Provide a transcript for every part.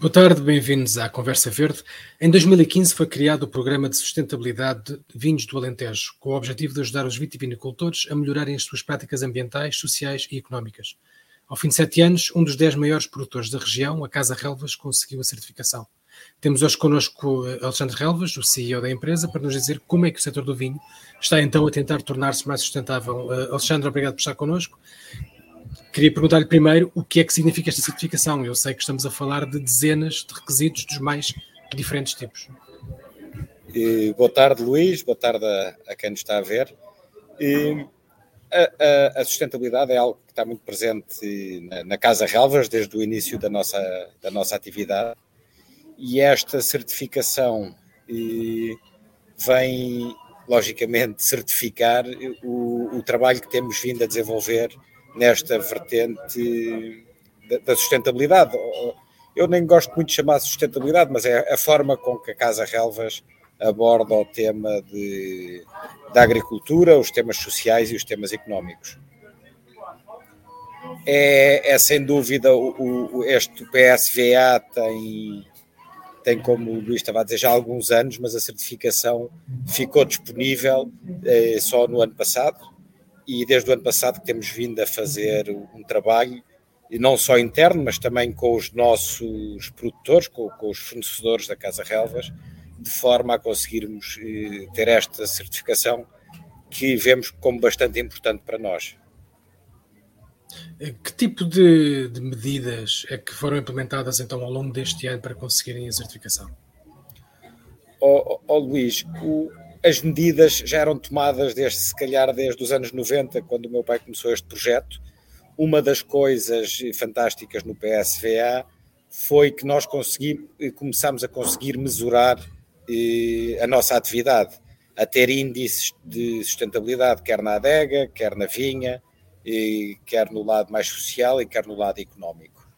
Boa tarde, bem-vindos à Conversa Verde. Em 2015 foi criado o Programa de Sustentabilidade de Vinhos do Alentejo, com o objetivo de ajudar os vitivinicultores a melhorarem as suas práticas ambientais, sociais e económicas. Ao fim de 7 anos, um dos 10 maiores produtores da região, a Casa Relvas, conseguiu a certificação. Temos hoje connosco Alexandre Relvas, o CEO da empresa, para nos dizer como é que o setor do vinho está então a tentar tornar-se mais sustentável. Alexandre, obrigado por estar connosco. Queria perguntar-lhe primeiro o que é que significa esta certificação. Eu sei que estamos a falar de dezenas de requisitos dos mais diferentes tipos. Boa tarde, Luís. Boa tarde a quem nos está a ver. A sustentabilidade é algo que está muito presente na Casa Relvas desde o início da nossa atividade, e esta certificação vem, logicamente, certificar o trabalho que temos vindo a desenvolver nesta vertente da sustentabilidade. Eu nem gosto muito de chamar sustentabilidade, mas é a forma com que a Casa Relvas aborda o tema da agricultura, os temas sociais e os temas económicos. É sem dúvida, este PSVA tem, como o Luís estava a dizer, já há alguns anos, mas a certificação ficou disponível só no ano passado. E desde o ano passado que temos vindo a fazer um trabalho, e não só interno, mas também com os nossos produtores, com os fornecedores da Casa Relvas, de forma a conseguirmos ter esta certificação que vemos como bastante importante para nós. Que tipo de medidas é que foram implementadas então ao longo deste ano para conseguirem a certificação? Luís, as medidas já eram tomadas se calhar desde os anos 90, quando o meu pai começou este projeto. Uma das coisas fantásticas no PSVA foi que nós começámos a conseguir mesurar a nossa atividade, a ter índices de sustentabilidade, quer na adega, quer na vinha, quer no lado mais social e quer no lado económico.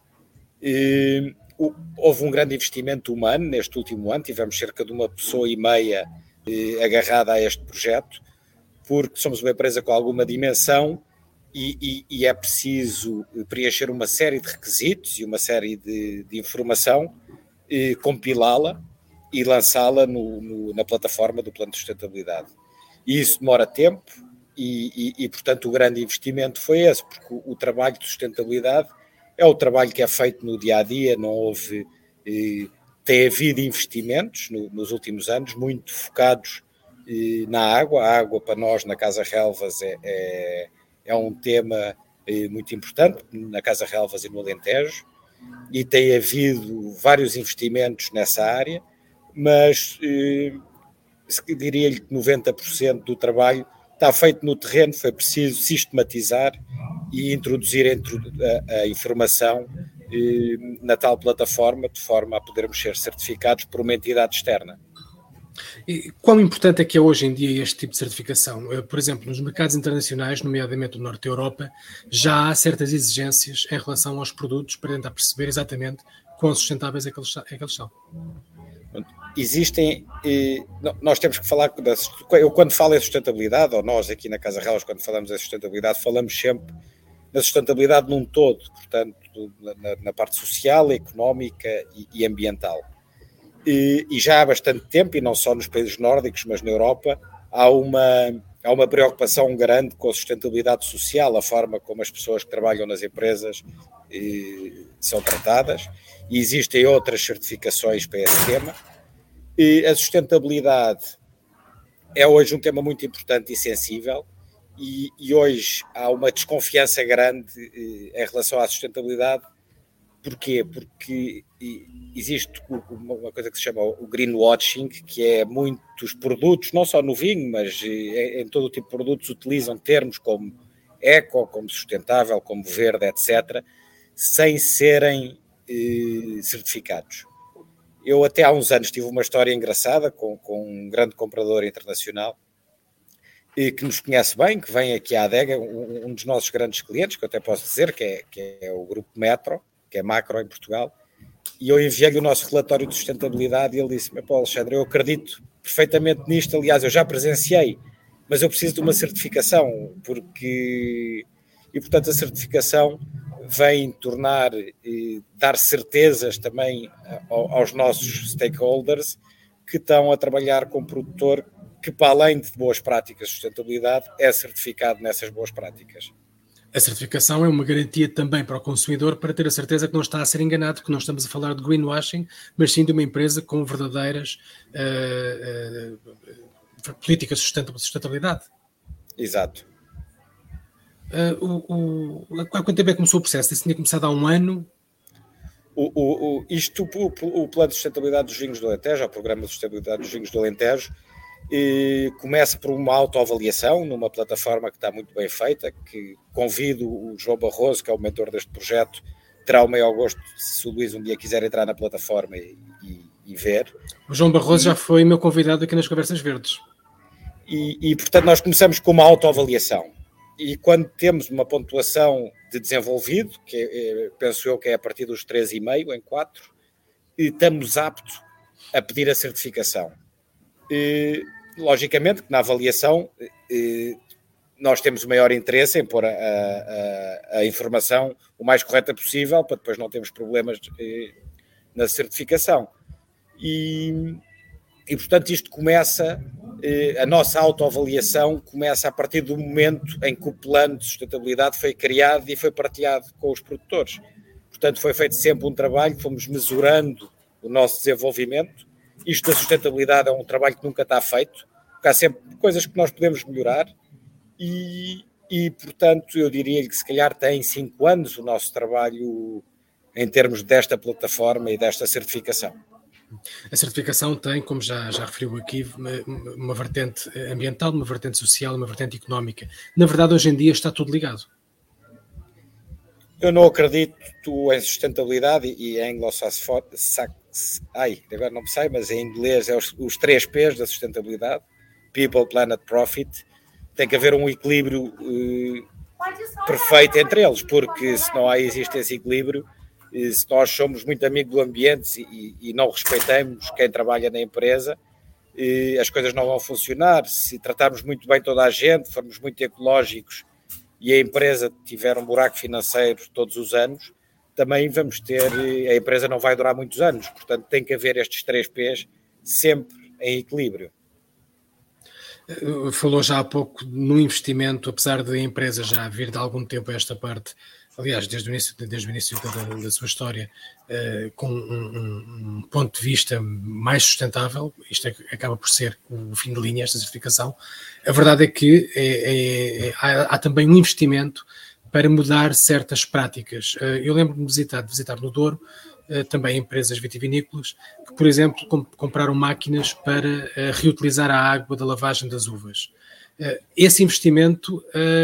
Houve um grande investimento humano neste último ano, tivemos cerca de 1,5 pessoa agarrada a este projeto, porque somos uma empresa com alguma dimensão e é preciso preencher uma série de requisitos e uma série de informação, compilá-la e lançá-la na plataforma do Plano de Sustentabilidade. E isso demora tempo e, portanto, o grande investimento foi esse, porque o trabalho de sustentabilidade é o trabalho que é feito no dia-a-dia, não houve... Tem havido investimentos nos últimos anos muito focados na água. A água para nós na Casa Relvas é um tema muito importante na Casa Relvas e no Alentejo, e tem havido vários investimentos nessa área, mas diria-lhe que 90% do trabalho está feito no terreno. Foi preciso sistematizar e introduzir a informação na tal plataforma, de forma a podermos ser certificados por uma entidade externa. E quão importante é que é hoje em dia este tipo de certificação? Por exemplo, nos mercados internacionais, nomeadamente no Norte da Europa, já há certas exigências em relação aos produtos para tentar perceber exatamente quão sustentáveis é que eles são. Existem, nós temos que falar, eu quando falo em sustentabilidade, ou nós aqui na Casa Relvas, quando falamos em sustentabilidade, falamos sempre na sustentabilidade num todo, portanto, na parte social, económica e ambiental. E já há bastante tempo, e não só nos países nórdicos, mas na Europa, há uma preocupação grande com a sustentabilidade social, a forma como as pessoas que trabalham nas empresas são tratadas, e existem outras certificações para esse tema. E a sustentabilidade é hoje um tema muito importante e sensível, e hoje há uma desconfiança grande em relação à sustentabilidade. Porquê? Porque existe uma coisa que se chama o greenwashing, que é muitos produtos, não só no vinho, mas em todo o tipo de produtos, utilizam termos como eco, como sustentável, como verde, etc., sem serem certificados. Eu até há uns anos tive uma história engraçada com um grande comprador internacional que nos conhece bem, que vem aqui à adega, um dos nossos grandes clientes, que eu até posso dizer que é o Grupo Metro, que é macro em Portugal, e eu enviei-lhe o nosso relatório de sustentabilidade e ele disse-me: Pô, Alexandre, eu acredito perfeitamente nisto, aliás, eu já presenciei, mas eu preciso de uma certificação, porque... E, portanto, a certificação vem tornar e dar certezas também aos nossos stakeholders que estão a trabalhar com um produtor que, para além de boas práticas de sustentabilidade, é certificado nessas boas práticas. A certificação é uma garantia também para o consumidor para ter a certeza que não está a ser enganado, que não estamos a falar de greenwashing, mas sim de uma empresa com verdadeiras políticas de sustentabilidade. Exato. Há quanto tempo é que começou o processo? Isso tinha começado há um ano? O Plano de Sustentabilidade dos Vinhos do Alentejo, o Programa de Sustentabilidade dos Vinhos do Alentejo, começa por uma autoavaliação numa plataforma que está muito bem feita, que convido o João Barroso, que é o mentor deste projeto, terá o maior gosto se o Luís um dia quiser entrar na plataforma e ver. O João Barroso já foi meu convidado aqui nas Conversas Verdes. Portanto, nós começamos com uma autoavaliação. E quando temos uma pontuação de desenvolvido, que penso eu que é a partir dos 3,5 em 4, estamos aptos a pedir a certificação. Logicamente que na avaliação nós temos o maior interesse em pôr a informação o mais correta possível, para depois não termos problemas na certificação. E portanto isto começa, a nossa autoavaliação começa a partir do momento em que o plano de sustentabilidade foi criado e foi partilhado com os produtores. Portanto foi feito sempre um trabalho, fomos mesurando o nosso desenvolvimento. Isto da sustentabilidade é um trabalho que nunca está feito, porque há sempre coisas que nós podemos melhorar e portanto, eu diria que se calhar tem 5 anos o nosso trabalho em termos desta plataforma e desta certificação. A certificação tem, como já referiu aqui, uma vertente ambiental, uma vertente social, uma vertente económica. Na verdade, hoje em dia está tudo ligado. Eu não acredito em sustentabilidade e em anglo-saxónico, agora não me sei, mas em inglês é os 3 P's da sustentabilidade: People, Planet, Profit. Tem que haver um equilíbrio perfeito entre eles, porque se não existe esse equilíbrio, se nós somos muito amigos do ambiente e não respeitamos quem trabalha na empresa, as coisas não vão funcionar. Se tratarmos muito bem toda a gente, formos muito ecológicos e a empresa tiver um buraco financeiro todos os anos, também vamos ter, a empresa não vai durar muitos anos. Portanto, tem que haver estes 3 P's sempre em equilíbrio. Falou já há pouco no investimento, apesar de a empresa já vir de algum tempo a esta parte, aliás, desde o início da sua história, com um ponto de vista mais sustentável. Isto acaba por ser o fim de linha, esta certificação. A verdade é que há também um investimento para mudar certas práticas. Eu lembro-me de visitar no Douro também empresas vitivinícolas que, por exemplo, compraram máquinas para reutilizar a água da lavagem das uvas. Esse investimento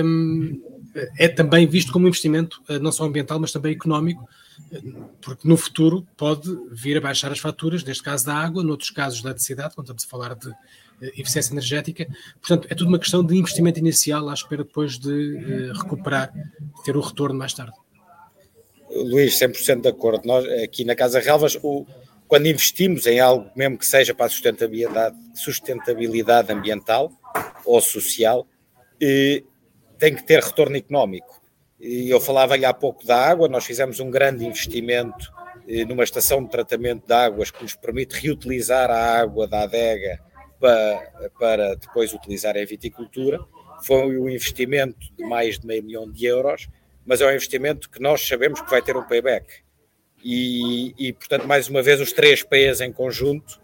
é também visto como um investimento não só ambiental, mas também económico, porque no futuro pode vir a baixar as faturas, neste caso da água, noutros casos da eletricidade, quando estamos a falar de eficiência energética. Portanto, é tudo uma questão de investimento inicial à espera depois de recuperar, de ter o retorno mais tarde. Luís, 100% de acordo. Nós aqui na Casa Relvas, quando investimos em algo, mesmo que seja para a sustentabilidade ambiental ou social, tem que ter retorno económico. Eu falava-lhe há pouco da água. Nós fizemos um grande investimento numa estação de tratamento de águas que nos permite reutilizar a água da adega para depois utilizar em viticultura. Foi um investimento de mais de €500 mil, mas é um investimento que nós sabemos que vai ter um payback. E portanto, mais uma vez, os 3 P's em conjunto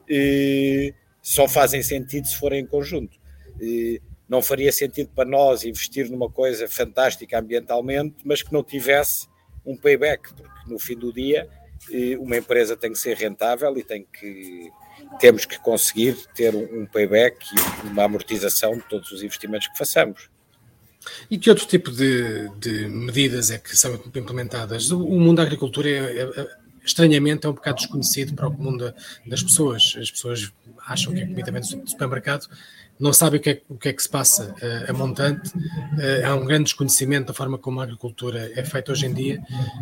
só fazem sentido se forem em conjunto. Não faria sentido para nós investir numa coisa fantástica ambientalmente, mas que não tivesse um payback, porque no fim do dia uma empresa tem que ser rentável e temos que conseguir ter um payback e uma amortização de todos os investimentos que façamos. E que outro tipo de medidas é que são implementadas? O mundo da agricultura estranhamente é um bocado desconhecido para o mundo das pessoas. As pessoas acham que a comida vem do supermercado, não sabem o que é que se passa a montante. Há um grande desconhecimento da forma como a agricultura é feita hoje em dia.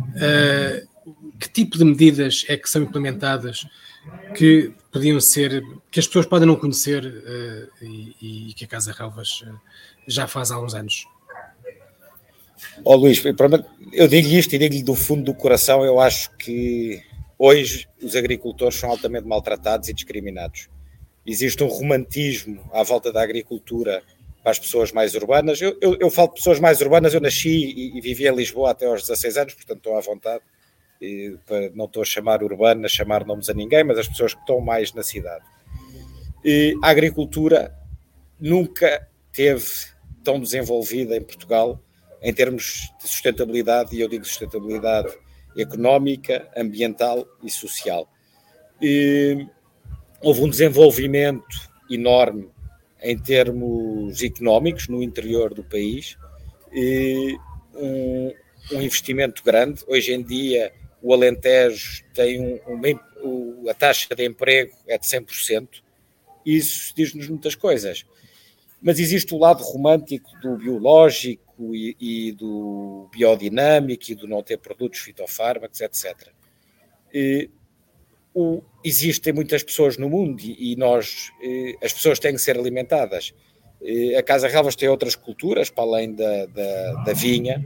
Que tipo de medidas é que são implementadas que podiam ser, que as pessoas podem não conhecer e que a Casa Relvas já faz há uns anos? Luís, eu digo-lhe isto e digo-lhe do fundo do coração, eu acho que hoje os agricultores são altamente maltratados e discriminados. Existe um romantismo à volta da agricultura para as pessoas mais urbanas. Eu falo de pessoas mais urbanas, eu nasci e vivi em Lisboa até aos 16 anos, portanto estou à vontade. Não estou a chamar urbana, a chamar nomes a ninguém, mas as pessoas que estão mais na cidade. A agricultura nunca teve tão desenvolvida em Portugal em termos de sustentabilidade, e eu digo sustentabilidade económica, ambiental e social. Houve um desenvolvimento enorme em termos económicos no interior do país, um investimento grande. Hoje em dia o Alentejo tem a taxa de emprego é de 100%, isso diz-nos muitas coisas. Mas existe o lado romântico do biológico e do biodinâmico e do não ter produtos fitofármacos, etc. Existem muitas pessoas no mundo e as pessoas têm que ser alimentadas. A Casa Relvas tem outras culturas para além da vinha,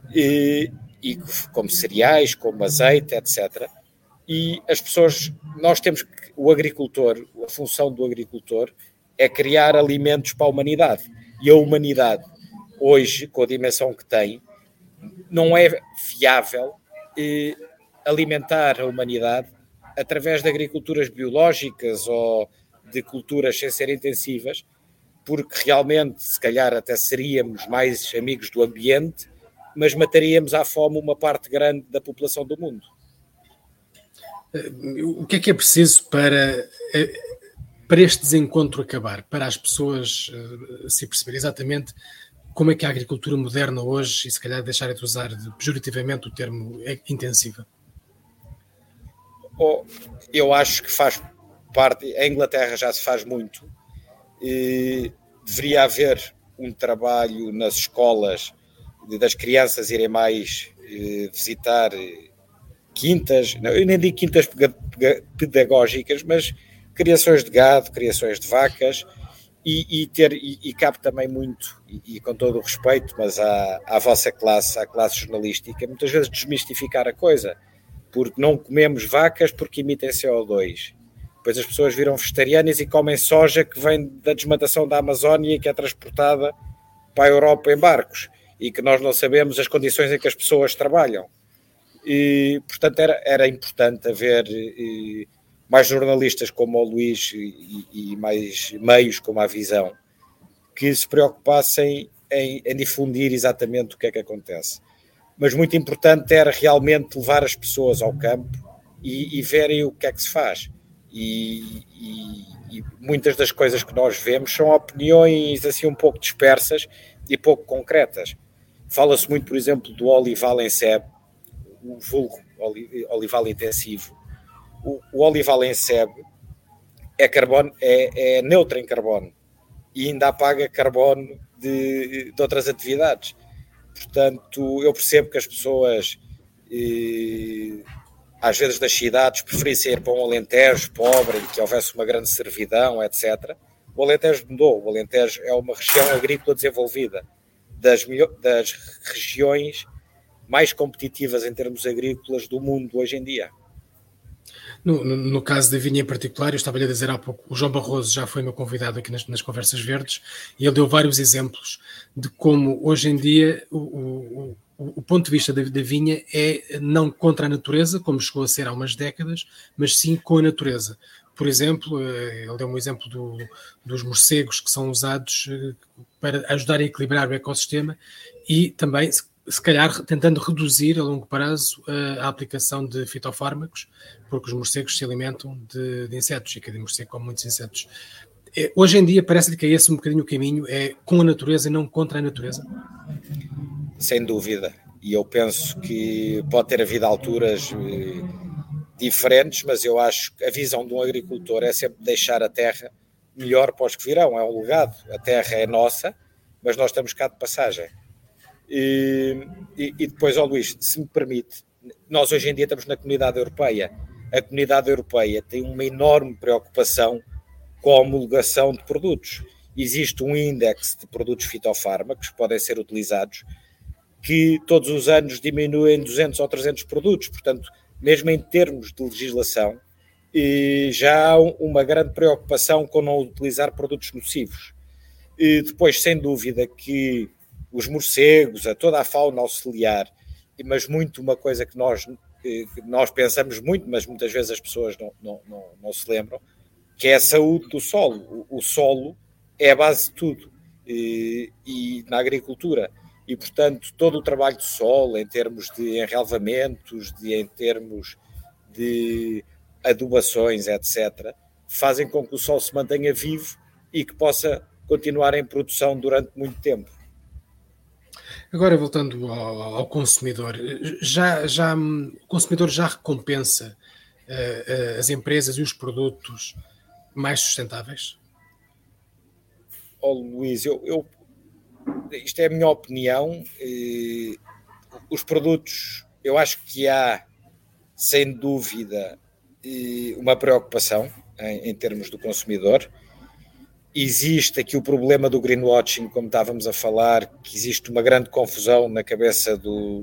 como cereais, como azeite, etc. E as pessoas, o agricultor, a função do agricultor é criar alimentos para a humanidade. E a humanidade, hoje, com a dimensão que tem, não é viável alimentar a humanidade através de agriculturas biológicas ou de culturas sem ser intensivas, porque realmente, se calhar, até seríamos mais amigos do ambiente, mas mataríamos à fome uma parte grande da população do mundo. O que é preciso para este desencontro acabar? Para as pessoas se perceberem exatamente como é que a agricultura moderna hoje, e se calhar deixarem de usar pejorativamente o termo intensiva? Eu acho que faz parte, a Inglaterra já se faz muito, deveria haver um trabalho nas escolas das crianças irem mais visitar quintas, eu nem digo quintas pedagógicas, mas criações de gado, criações de vacas, e cabe também muito, e com todo o respeito, mas à vossa classe, à classe jornalística, muitas vezes desmistificar a coisa, porque não comemos vacas porque emitem CO2. Depois as pessoas viram vegetarianas e comem soja que vem da desmatação da Amazónia e que é transportada para a Europa em barcos, e que nós não sabemos as condições em que as pessoas trabalham. E, portanto, era importante haver mais jornalistas como o Luís e mais meios como a Visão que se preocupassem em difundir exatamente o que é que acontece. Mas muito importante era realmente levar as pessoas ao campo e verem o que é que se faz. E muitas das coisas que nós vemos são opiniões assim um pouco dispersas e pouco concretas. Fala-se muito, por exemplo, do olival em sebe, o vulgo olival intensivo. O olival em sebe é neutro em carbono e ainda apaga carbono de outras atividades. Portanto, eu percebo que as pessoas, às vezes das cidades, preferissem ir para um Alentejo pobre, que houvesse uma grande servidão, etc. O Alentejo mudou. O Alentejo é uma região agrícola desenvolvida, das regiões mais competitivas em termos agrícolas do mundo hoje em dia. No caso da vinha em particular, eu estava-lhe a dizer há pouco, o João Barroso já foi meu convidado aqui nas Conversas Verdes, e ele deu vários exemplos de como hoje em dia o ponto de vista da vinha é não contra a natureza, como chegou a ser há umas décadas, mas sim com a natureza. Por exemplo, ele deu um exemplo dos morcegos que são usados para ajudar a equilibrar o ecossistema e também, se calhar, tentando reduzir a longo prazo a aplicação de fitofármacos, porque os morcegos se alimentam de insetos e cada morcego come muitos insetos. Hoje em dia parece-lhe que é esse um bocadinho o caminho, é com a natureza e não contra a natureza? Sem dúvida. E eu penso que pode ter havido alturas diferentes, mas eu acho que a visão de um agricultor é sempre deixar a terra melhor para os que virão. É um legado. A terra é nossa, mas nós estamos cá de passagem. E depois, Luís, se me permite, nós hoje em dia estamos na Comunidade Europeia. A Comunidade Europeia tem uma enorme preocupação com a homologação de produtos. Existe um índice de produtos fitofármacos que podem ser utilizados que todos os anos diminuem 200 ou 300 produtos. Portanto, mesmo em termos de legislação, já há uma grande preocupação com não utilizar produtos nocivos. Depois, sem dúvida, que os morcegos, toda a fauna auxiliar, mas muito uma coisa que nós pensamos muito, mas muitas vezes as pessoas não se lembram, que é a saúde do solo. O solo é a base de tudo, e na agricultura. E, portanto, todo o trabalho do solo, em termos de enrelvamentos, em termos de adubações, etc., fazem com que o solo se mantenha vivo e que possa continuar em produção durante muito tempo. Agora, voltando ao consumidor, o consumidor já recompensa as empresas e os produtos mais sustentáveis? Luís, isto é a minha opinião. Os produtos, eu acho que há, sem dúvida, uma preocupação em termos do consumidor. Existe aqui o problema do greenwashing, como estávamos a falar, que existe uma grande confusão na cabeça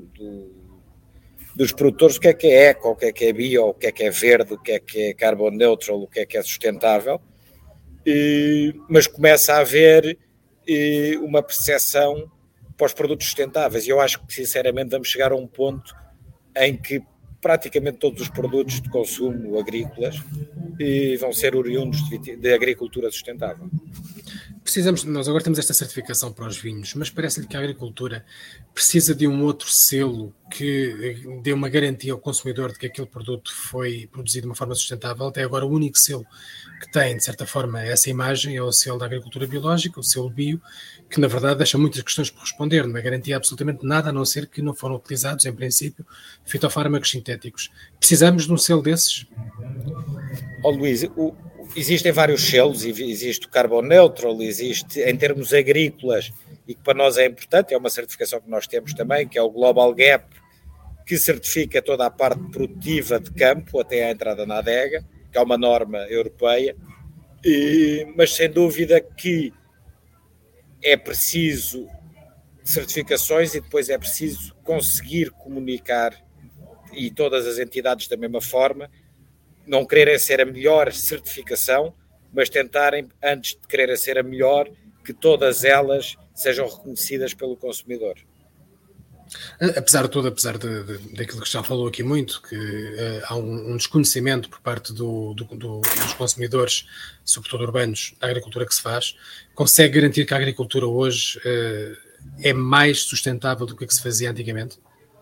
dos produtores, o que é eco, o que é bio, o que é verde, o que é carbon neutral, o que é sustentável, mas começa a haver uma percepção para os produtos sustentáveis, e eu acho que sinceramente vamos chegar a um ponto em que praticamente todos os produtos de consumo agrícolas vão ser oriundos de agricultura sustentável. Nós agora temos esta certificação para os vinhos, mas parece-lhe que a agricultura precisa de um outro selo que dê uma garantia ao consumidor de que aquele produto foi produzido de uma forma sustentável. Até agora o único selo que tem, de certa forma, essa imagem é o selo da agricultura biológica, o selo bio, que na verdade deixa muitas questões por responder, não é garantia absolutamente nada, a não ser que não foram utilizados, em princípio, fitofármacos sintéticos. Precisamos de um selo desses? Luís, existem vários selos, existe o Carbon Neutral, existe em termos agrícolas, e que para nós é importante, é uma certificação que nós temos também, que é o Global Gap, que certifica toda a parte produtiva de campo, até à entrada na adega, que é uma norma europeia, mas sem dúvida que é preciso certificações e depois é preciso conseguir comunicar, e todas as entidades da mesma forma, não quererem ser a melhor certificação, mas tentarem, antes de quererem ser a melhor, que todas elas sejam reconhecidas pelo consumidor. Apesar daquilo que já falou aqui muito, que há um desconhecimento por parte dos consumidores, sobretudo urbanos, da agricultura que se faz, consegue garantir que a agricultura hoje é mais sustentável do que se fazia antigamente?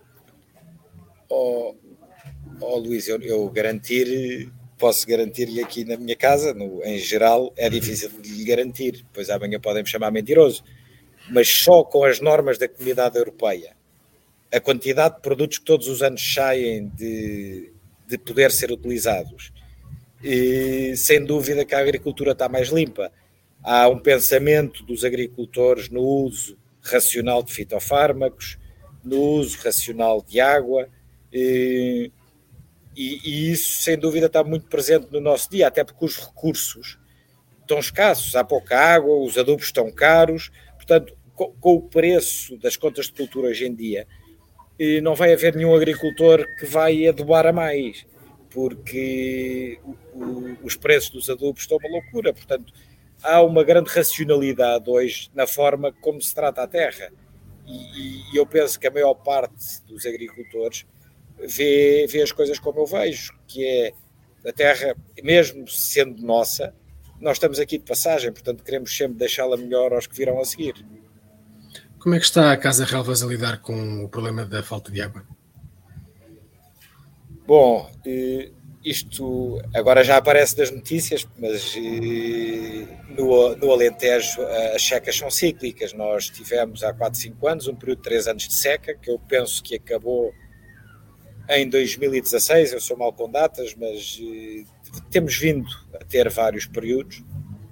Luís, eu posso garantir-lhe aqui na minha casa, em geral, é difícil de lhe garantir, pois amanhã podem me chamar mentiroso, mas só com as normas da Comunidade Europeia, a quantidade de produtos que todos os anos saem de poder ser utilizados, e sem dúvida que a agricultura está mais limpa. Há um pensamento dos agricultores no uso racional de fitofármacos, no uso racional de água, e isso sem dúvida está muito presente no nosso dia, até porque os recursos estão escassos, há pouca água, os adubos estão caros, portanto, com o preço das contas de cultura hoje em dia, não vai haver nenhum agricultor que vai adubar a mais, porque os preços dos adubos estão uma loucura. Portanto, há uma grande racionalidade hoje na forma como se trata a terra, e eu penso que a maior parte dos agricultores vê as coisas como eu vejo, que é a terra, mesmo sendo nossa, nós estamos aqui de passagem, portanto queremos sempre deixá-la melhor aos que virão a seguir. Como é que está a Casa Relvas a lidar com o problema da falta de água? Bom, isto agora já aparece nas notícias, mas no Alentejo as secas são cíclicas. Nós tivemos há 4, 5 anos um período de 3 anos de seca, que eu penso que acabou em 2016, eu sou mau com datas, mas temos vindo a ter vários períodos.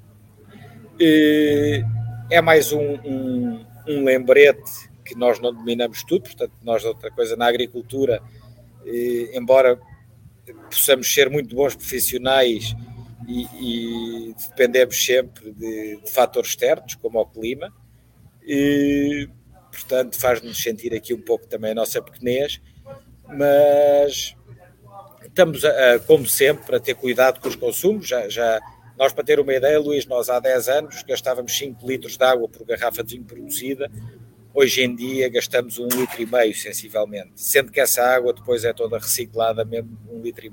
É mais um lembrete que nós não dominamos tudo, portanto nós outra coisa na agricultura, embora possamos ser muito bons profissionais e dependemos sempre de fatores externos, como o clima, portanto faz-nos sentir aqui um pouco também a nossa pequenez, mas estamos, como sempre, a ter cuidado com os consumos. Nós, para ter uma ideia, Luís, nós há 10 anos gastávamos 5 litros de água por garrafa de vinho produzida. Hoje em dia gastamos 1,5 litro, sensivelmente, sendo que essa água depois é toda reciclada, mesmo 1,5 litro.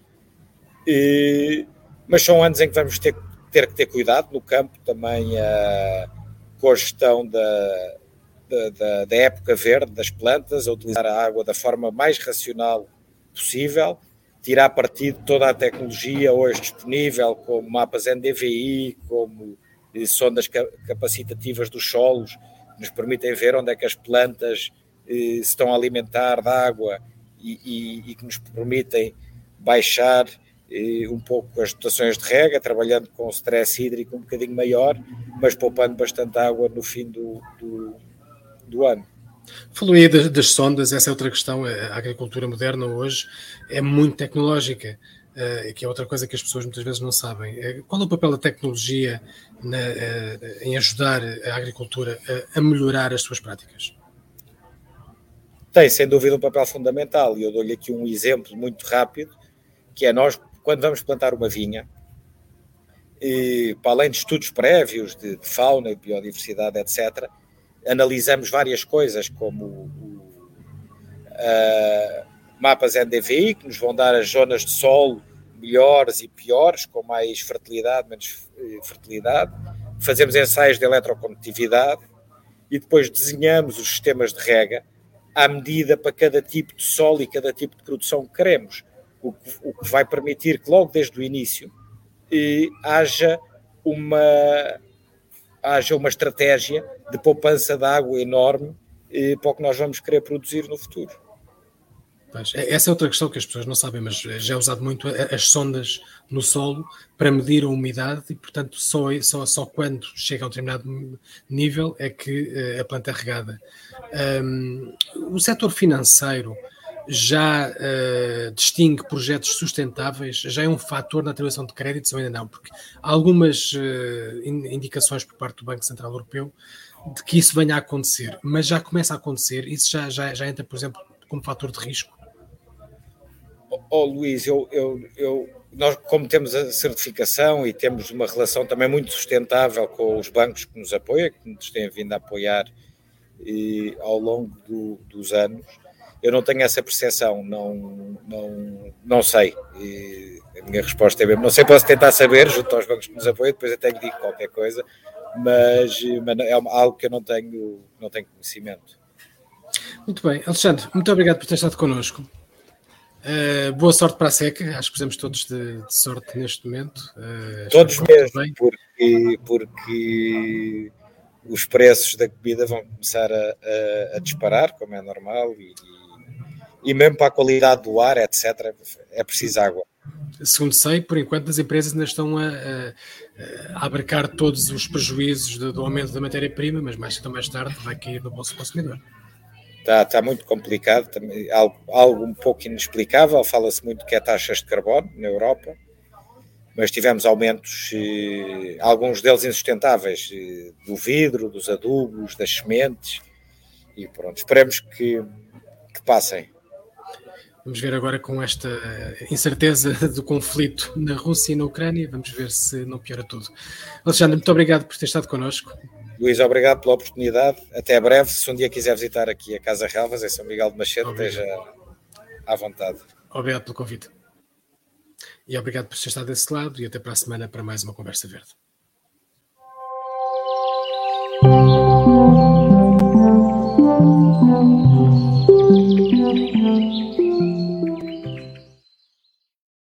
Mas são anos em que vamos ter que ter cuidado no campo também com a gestão da época verde das plantas, a utilizar a água da forma mais racional possível, tirar partido de toda a tecnologia hoje disponível, como mapas NDVI, como sondas capacitativas dos solos, que nos permitem ver onde é que as plantas se estão a alimentar de água e que nos permitem baixar um pouco as dotações de rega, trabalhando com stress hídrico um bocadinho maior, mas poupando bastante água no fim do ano. Falou aí das sondas, essa é outra questão. A agricultura moderna hoje é muito tecnológica, que é outra coisa que as pessoas muitas vezes não sabem. Qual é o papel da tecnologia em ajudar a agricultura a melhorar as suas práticas? Tem, sem dúvida, um papel fundamental, e eu dou-lhe aqui um exemplo muito rápido, que é nós, quando vamos plantar uma vinha, para além de estudos prévios de fauna e biodiversidade, etc., analisamos várias coisas, como mapas NDVI, que nos vão dar as zonas de solo melhores e piores, com mais fertilidade, menos fertilidade. Fazemos ensaios de eletrocondutividade e depois desenhamos os sistemas de rega à medida para cada tipo de solo e cada tipo de produção que queremos, o que vai permitir que logo desde o início haja uma estratégia de poupança de água enorme para o que nós vamos querer produzir no futuro. Essa é outra questão que as pessoas não sabem, mas já é usado muito as sondas no solo para medir a umidade e, portanto, só quando chega a um determinado nível é que a planta é regada. O setor financeiro já distingue projetos sustentáveis? Já é um fator na atribuição de créditos ou ainda não? Porque há algumas indicações por parte do Banco Central Europeu de que isso venha a acontecer, mas já começa a acontecer. Isso já entra, por exemplo, como fator de risco? Luís, nós, como temos a certificação e temos uma relação também muito sustentável com os bancos que nos apoiam, que nos têm vindo a apoiar ao longo dos anos, eu não tenho essa percepção, não sei. A minha resposta é mesmo, não sei, posso tentar saber junto aos bancos que nos apoiam, depois até lhe digo qualquer coisa, mas é algo que eu não tenho conhecimento. Muito bem, Alexandre, muito obrigado por ter estado connosco. Boa sorte para a seca, acho que precisamos todos de sorte neste momento. Todos mesmo, porque os preços da comida vão começar a disparar, como é normal, e mesmo para a qualidade do ar, etc., é preciso água. Segundo sei, por enquanto as empresas ainda estão a abarcar todos os prejuízos do aumento da matéria-prima, mas mais cedo ou mais tarde vai cair no bolso do consumidor. Está muito complicado, também, algo um pouco inexplicável. Fala-se muito que é taxas de carbono na Europa, mas tivemos aumentos, alguns deles insustentáveis, do vidro, dos adubos, das sementes, e pronto, esperemos que passem. Vamos ver agora com esta incerteza do conflito na Rússia e na Ucrânia, vamos ver se não piora tudo. Alexandre, muito obrigado por ter estado connosco. Luís, obrigado pela oportunidade. Até breve. Se um dia quiser visitar aqui a Casa Relvas, em São Miguel de Macedo, esteja à vontade. Obrigado pelo convite. E obrigado por ter estado desse lado e até para a semana para mais uma Conversa Verde.